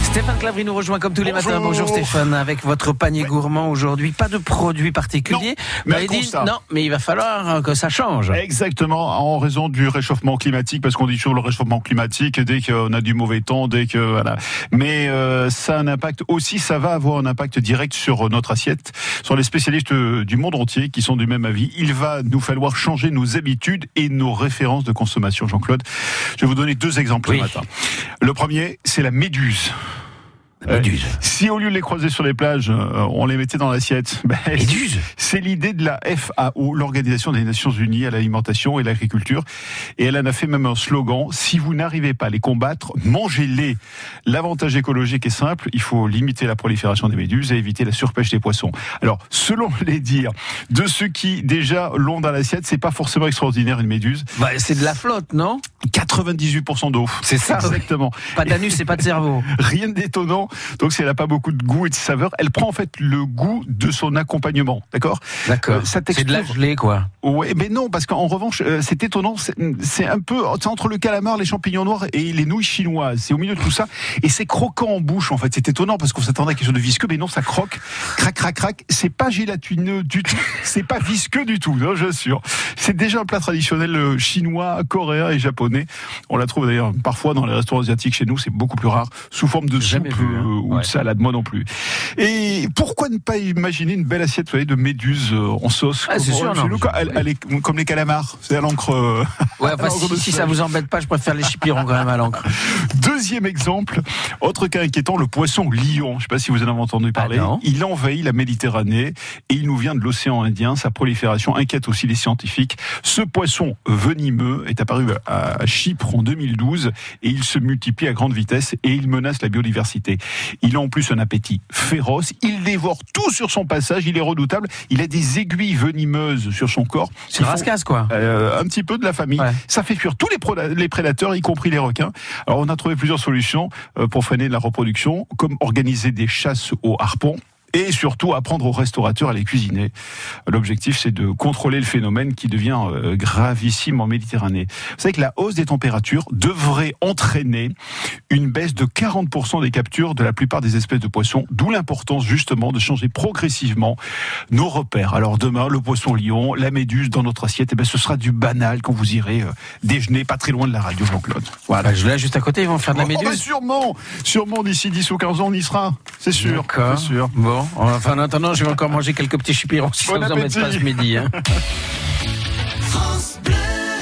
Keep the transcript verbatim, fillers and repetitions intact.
Stéphane Clavry nous rejoint comme tous les Bonjour. matins. Bonjour Stéphane, avec votre panier oui. gourmand aujourd'hui. Pas de produits particuliers. Non, mais, mais dit, non, mais il va falloir que ça change. Exactement, en raison du réchauffement climatique, parce qu'on dit toujours le réchauffement climatique dès qu'on a du mauvais temps, dès que voilà. Mais euh, ça a un impact aussi, ça va avoir un impact direct sur notre assiette. Sur les spécialistes du monde entier qui sont du même avis, il va nous falloir changer nos habitudes et nos références de consommation. Jean-Claude, je vais vous donner deux exemples oui. ce matin. Le premier, c'est la méduse. Méduse. Euh, si au lieu de les croiser sur les plages, euh, on les mettait dans l'assiette. Ben, Méduse. C'est l'idée de la F A O, l'Organisation des Nations Unies à l'alimentation et l'agriculture. Et elle en a fait même un slogan. Si vous n'arrivez pas à les combattre, mangez-les. L'avantage écologique est simple. Il faut limiter la prolifération des méduses et éviter la surpêche des poissons. Alors, selon les dires de ceux qui déjà l'ont dans l'assiette, c'est pas forcément extraordinaire une méduse. Bah, c'est de la flotte, non? quatre-vingt-dix-huit pour cent d'eau. C'est ça. Exactement. Pas d'anus et pas de cerveau. Rien d'étonnant. Donc si elle n'a pas beaucoup de goût et de saveur, elle prend en fait le goût de son accompagnement, d'accord ? D'accord. Euh, texture... C'est de la gelée, quoi. Ouais, mais non, parce qu'en revanche, euh, c'est étonnant. C'est, c'est un peu c'est entre le calamar, les champignons noirs et les nouilles chinoises. C'est au milieu de tout ça, et c'est croquant en bouche. En fait, c'est étonnant parce qu'on s'attendait à quelque chose de visqueux, mais non, ça croque, crac, crac, crac. C'est pas gélatineux du tout. C'est pas visqueux du tout, non, je suis sûr. C'est déjà un plat traditionnel chinois, coréen et japonais. On la trouve d'ailleurs parfois dans les restaurants asiatiques chez nous. C'est beaucoup plus rare, sous forme de soupe vu, hein. euh, ou ouais. de salade, moi non plus. Et pourquoi ne pas imaginer une belle assiette, vous voyez, de méduse en sauce ah, c'est sûr, non, nous, elle, elle est comme les calamars, c'est à l'encre. Euh, ouais, enfin, si, si ça vous embête pas, je préfère les chipirons quand même à l'encre. Deuxième exemple, autre cas inquiétant, le poisson lion. Je ne sais pas si vous en avez entendu parler. Ah, il envahit la Méditerranée et il nous vient de l'océan Indien. Sa prolifération inquiète aussi les scientifiques. Ce poisson venimeux est apparu à Chypre en deux mille douze et il se multiplie à grande vitesse et il menace la biodiversité. Il a en plus un appétit féroce. Il dévore tout sur son passage. Il est redoutable. Il a des aiguilles venimeuses sur son corps. C'est rascasse, quoi. Euh, un petit peu de la famille. Ouais. Ça fait fuir tous les, pro- les prédateurs, y compris les requins. Alors, on a trouvé plusieurs solutions euh, pour freiner la reproduction, comme organiser des chasses au harpon. Et surtout apprendre aux restaurateurs à les cuisiner. L'objectif, c'est de contrôler le phénomène qui devient euh, gravissime en Méditerranée. Vous savez que la hausse des températures devrait entraîner une baisse de quarante pour cent des captures de la plupart des espèces de poissons, d'où l'importance justement de changer progressivement nos repères. Alors demain, le poisson lion, la méduse dans notre assiette, eh ben, ce sera du banal quand vous irez euh, déjeuner pas très loin de la radio, Jean-Claude. Voilà. Bah, je l'ai juste à côté, ils vont faire de la méduse. Oh, bah, sûrement, sûrement d'ici dix ou quinze ans, on y sera. C'est sûr. D'accord. C'est sûr. Bon. Enfin, en attendant, je vais encore manger quelques petits chipirons si bon ça vous embête pas ce midi. Hein.